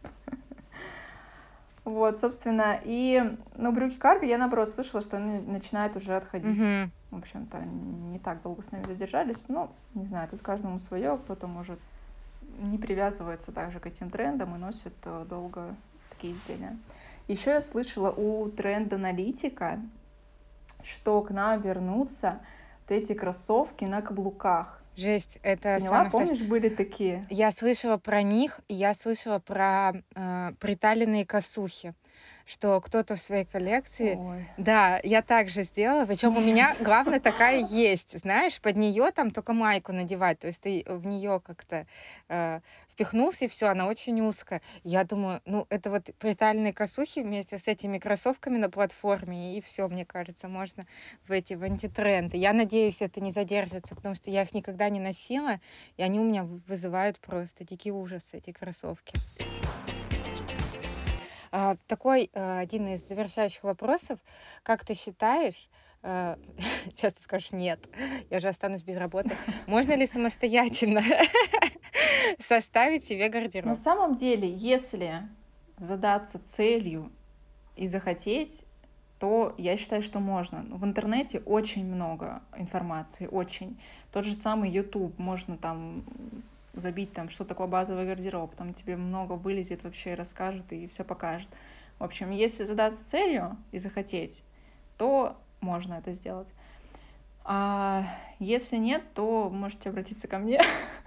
Вот, собственно, и, ну, брюки карго, я, наоборот, слышала, что они начинают уже отходить. Мгм. В общем-то, не так долго с нами задержались, но, не знаю, тут каждому свое, кто-то, может, не привязывается также к этим трендам и носит э, долго такие изделия. Еще я слышала у тренд-аналитика, что к нам вернутся вот эти кроссовки на каблуках. Жесть, это Поняла? самое страшное. Помнишь, были такие? Я слышала про них, и я слышала про э, приталенные косухи, что кто-то в своей коллекции... Ой, Да, я так же сделала, причем у меня, нет. главное, такая есть, знаешь, под нее там только майку надевать, то есть ты в нее как-то э, впихнулся, и все, она очень узкая. Я думаю, ну, это вот приталенные косухи вместе с этими кроссовками на платформе, и все, мне кажется, можно в эти в антитренды. Я надеюсь, это не задержится, потому что я их никогда не носила, и они у меня в- вызывают просто дикий ужас, эти кроссовки. А, такой э, один из завершающих вопросов. Как ты считаешь, э, сейчас ты скажешь нет, я же останусь без работы, можно ли самостоятельно составить себе На гардероб? самом деле, если задаться целью и захотеть, то я считаю, что можно. В интернете очень много информации, очень. Тот же самый YouTube, можно там забить, там, что такое базовый гардероб, там тебе много вылезет вообще, расскажет и все покажет. В общем, если задаться целью и захотеть, то можно это сделать. А если нет, то можете обратиться ко мне,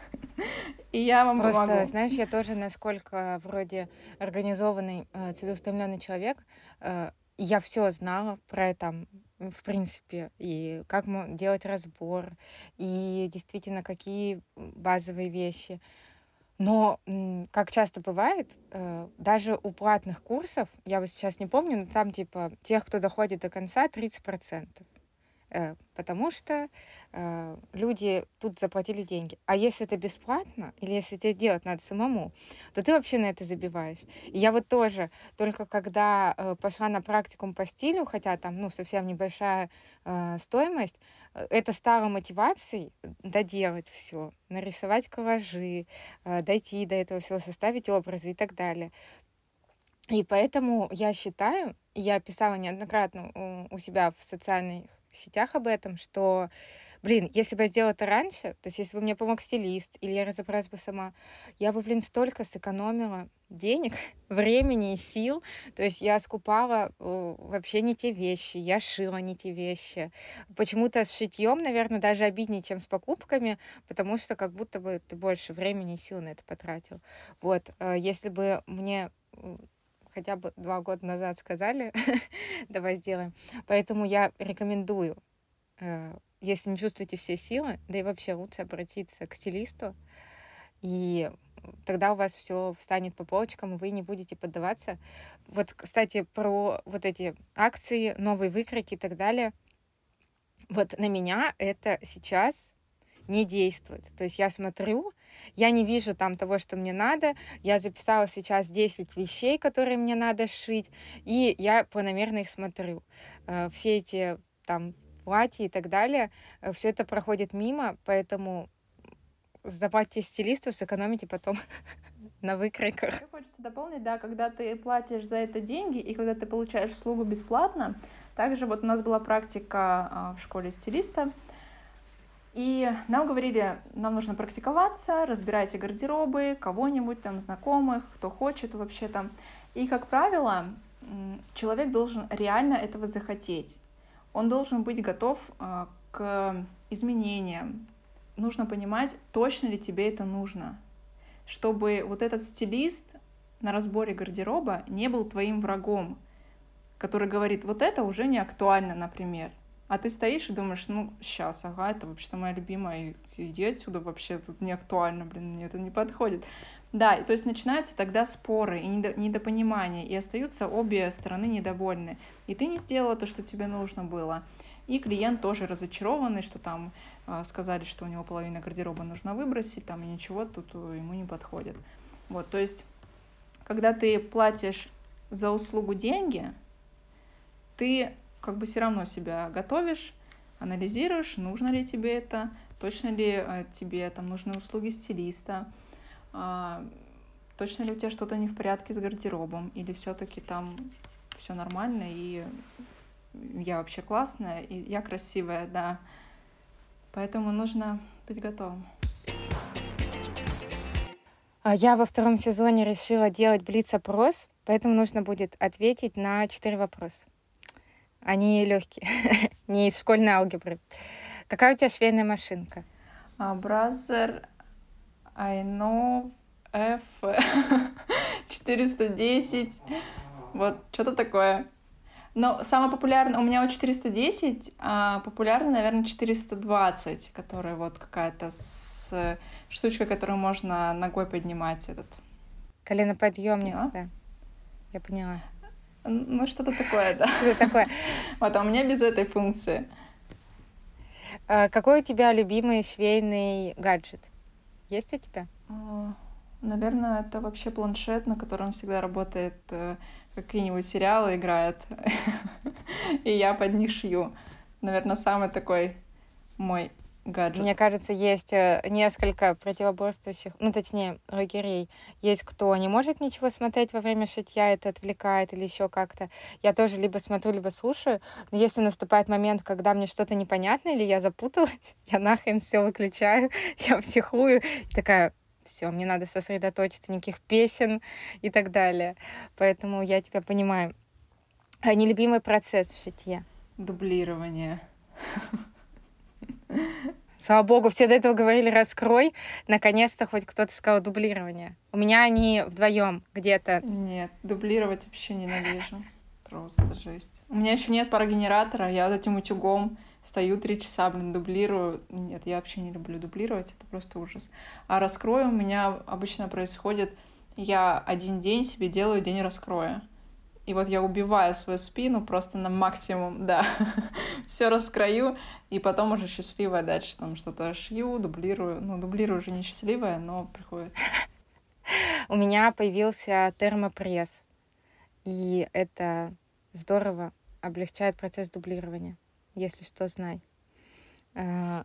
и я вам Просто, помогу. знаешь, я тоже, насколько вроде организованный, э, целеустремленный человек, э, и я все знала про там, м, в принципе, и как мо- делать разбор, и действительно, какие м, базовые вещи. Но, м, как часто бывает, э, даже у платных курсов, я вот сейчас не помню, но там типа тех, кто доходит до конца, тридцать процентов. Э, потому что, э, люди тут заплатили деньги. А если это бесплатно или если тебе делать надо самому, то ты вообще на это забиваешь. И я вот тоже, только когда, э, пошла на практикум по стилю, хотя там, ну, совсем небольшая, э, стоимость, э, это стало мотивацией доделать все, нарисовать коллажи, э, дойти до этого всего, составить образы и так далее. И поэтому я считаю, и я писала неоднократно у, у себя в социальных сетях об этом, что, блин, если бы я сделала это раньше, то есть если бы мне помог стилист, или я разобралась бы сама, я бы, блин, столько сэкономила денег, времени и сил. То есть я скупала э, вообще не те вещи, я шила не те вещи. Почему-то с шитьем, наверное, даже обиднее, чем с покупками, потому что как будто бы ты больше времени и сил на это потратил. Вот, э, если бы мне м, хотя бы два года назад сказали, давай сделаем. Поэтому я рекомендую, э, если не чувствуете все силы, да и вообще лучше обратиться к стилисту, и тогда у вас все встанет по полочкам, и вы не будете поддаваться. Вот, кстати, про вот эти акции, новые выкройки и так далее. Вот на меня это сейчас не действует. То есть я смотрю, я не вижу там того, что мне надо. Я записала сейчас десять вещей, которые мне надо сшить, и я планомерно их смотрю. Э, Все эти там платья и так далее, все это проходит мимо, поэтому заплатите стилисту, сэкономите потом на выкройках. Еще хочется дополнить, да, когда ты платишь за это деньги и когда ты получаешь услугу бесплатно. Также вот у нас была практика а, в школе стилиста, и нам говорили, нам нужно практиковаться, разбирайте гардеробы, кого-нибудь там, знакомых, кто хочет вообще там. И, как правило, м, человек должен реально этого захотеть. Он должен быть готов а, к изменениям. Нужно понимать, точно ли тебе это нужно, чтобы вот этот стилист на разборе гардероба не был твоим врагом, который говорит, вот это уже не актуально, например. А ты стоишь и думаешь, ну, сейчас, ага, это вообще-то моя любимая, иди отсюда, вообще тут не актуально, блин, мне это не подходит. Да, и то есть начинаются тогда споры и недо- недопонимания, и остаются обе стороны недовольны. И ты не сделала то, что тебе нужно было. И клиент тоже разочарованный, что там э, сказали, что у него половина гардероба нужно выбросить, там и ничего тут э, ему не подходит. Вот, то есть, когда ты платишь за услугу деньги, ты как бы все равно себя готовишь, анализируешь, нужно ли тебе это, точно ли э, тебе там нужны услуги стилиста, а, точно ли у тебя что-то не в порядке с гардеробом, или все-таки там все нормально, и я вообще классная, и я красивая, да. Поэтому нужно быть готовым. А Я во втором сезоне решила делать блиц-опрос, поэтому нужно будет ответить на четыре вопроса. Они легкие, не из школьной алгебры. Какая у тебя швейная машинка? А, Бразер I know F четыреста десять, вот что-то такое. Но самое популярное у меня вот четыреста десять, а популярный, наверное, четыреста двадцать, которая вот какая-то с штучкой, которую можно ногой поднимать этот. Коленоподъемник, Поняла? да, я поняла. Ну, что-то такое, да. Что это такое? Вот, а у меня без этой функции. А, Какой у тебя любимый швейный гаджет? Есть у тебя? А, Наверное, это вообще планшет, на котором всегда работает э, какие-нибудь сериалы играют, и я под них шью. Наверное, самый такой мой гаджет. Мне кажется, есть э, несколько противоборствующих, ну, точнее, лагерей. Есть кто не может ничего смотреть во время шитья, это отвлекает или еще как-то. Я тоже либо смотрю, либо слушаю. Но если наступает момент, когда мне что-то непонятно или я запуталась, я нахрен все выключаю, я психую, и такая, все, мне надо сосредоточиться, никаких песен и так далее. Поэтому я тебя понимаю. А нелюбимый процесс в шитье? Дублирование. Слава богу, все до этого говорили «раскрой». Наконец-то хоть кто-то сказал дублирование. У меня они вдвоем где-то. Нет, дублировать вообще ненавижу. Просто жесть. У меня еще нет парогенератора, я вот этим утюгом стою три часа, блин, дублирую. Нет, я вообще не люблю дублировать, это просто ужас. А раскрой у меня обычно происходит, я один день себе делаю день раскроя. И вот я убиваю свою спину просто на максимум, да, все раскрою, и потом уже счастливая дальше там что-то шью, дублирую. Ну, дублирую уже не счастливая, но приходится. У меня появился термопресс, и это здорово облегчает процесс дублирования, если что, знай. А,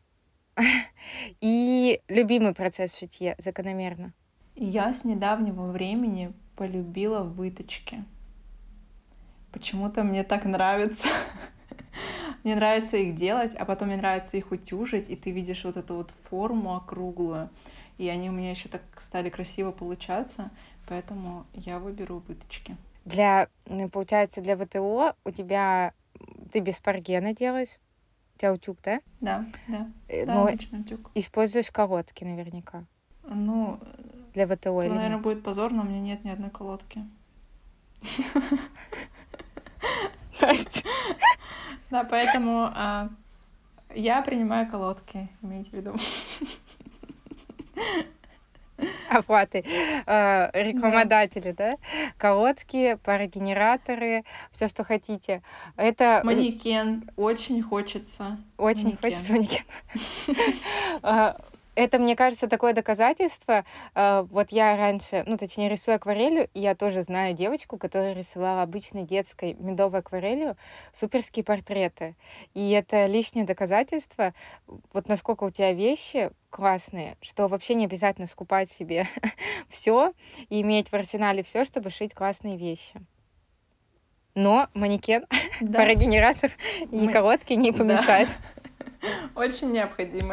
И любимый процесс в шитье закономерно. И я с недавнего времени полюбила выточки. Почему-то мне так нравится. Мне нравится их делать, а потом мне нравится их утюжить, и ты видишь вот эту вот форму округлую. И они у меня еще так стали красиво получаться, поэтому я выберу выточки. Для, м, получается, для ВТО у тебя ты без паргена делаешь, у тебя утюг, да? Да, да, Э, да, Но обычный утюг. используешь колодки наверняка Ну, для ВТО это, или нет? наверное, будет позорно, у меня нет ни одной колодки. Настя. Да, поэтому а, я принимаю колодки, имейте в виду. Оплаты. Э, Рекламодатели, да? Колодки, парогенераторы, все, что хотите. Это э, Манекен. Очень хочется. очень Манекен. хочется манекен. А, Это, мне кажется, такое доказательство. А, Вот я раньше, ну, точнее, рисую акварелью, и я тоже знаю девочку, которая рисовала обычной детской медовой акварелью суперские портреты. И это лишнее доказательство, вот насколько у тебя вещи классные, что вообще не обязательно скупать себе все и иметь в арсенале все, чтобы шить классные вещи. Но манекен, Да, парогенератор и мы... колодки не да. помешают. Очень необходимо.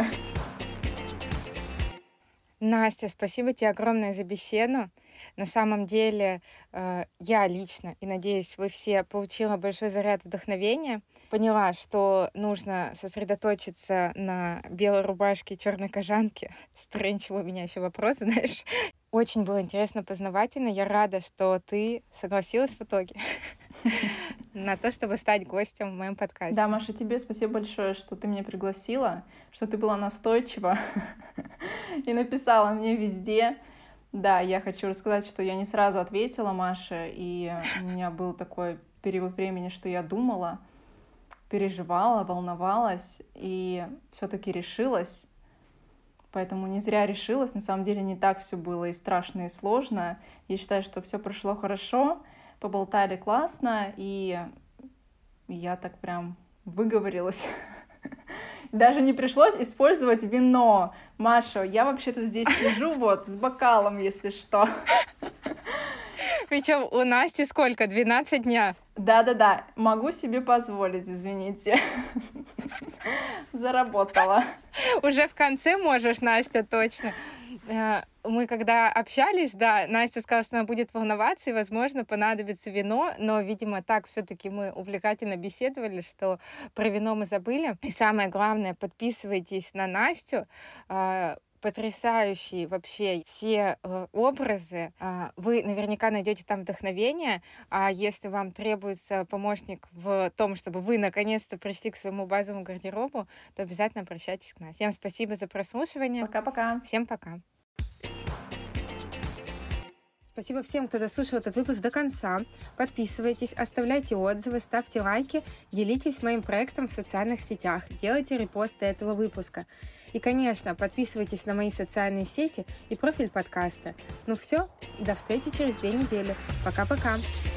Настя, спасибо тебе огромное за беседу. На самом деле, э, я лично, и надеюсь, вы все получила большой заряд вдохновения. Поняла, что нужно сосредоточиться на белой рубашке и черной кожанке. Стрэнчил у меня еще вопрос, знаешь. Очень было интересно, познавательно. Я рада, что ты согласилась в итоге на то, чтобы стать гостем в моем Да, подкасте. Маша, тебе спасибо большое, что ты меня пригласила, что ты была настойчива и написала мне везде. Да, я хочу рассказать, что я не сразу ответила Маше, и у меня был такой период времени, что я думала, переживала, волновалась, и все-таки решилась. Поэтому не зря решилась. На самом деле не так все было и страшно, и сложно. Я считаю, что все прошло хорошо, поболтали классно, и я так прям выговорилась. Даже не пришлось использовать вино. Маша, я вообще-то здесь сижу вот с бокалом, если что. Причем у Насти сколько? двенадцать дня. Да-да-да, могу себе позволить, извините. Заработала. Уже в конце можешь, Настя, точно. Э, Мы когда общались, да, Настя сказала, что она будет волноваться, и, возможно, понадобится вино, но, видимо, так все-таки мы увлекательно беседовали, что про вино мы забыли. И самое главное, подписывайтесь на Настю. а, Потрясающие вообще все э, образы. А, Вы наверняка найдете там вдохновение, а если вам требуется помощник в том, чтобы вы наконец-то пришли к своему базовому гардеробу, то обязательно обращайтесь к Насте. Всем спасибо за прослушивание. Пока-пока. Всем пока. Спасибо всем, кто дослушал этот выпуск до конца. Подписывайтесь, оставляйте отзывы, ставьте лайки, делитесь моим проектом в социальных сетях, делайте репосты этого выпуска. И, конечно, подписывайтесь на мои социальные сети и профиль подкаста. Ну все, до встречи через две недели. Пока-пока.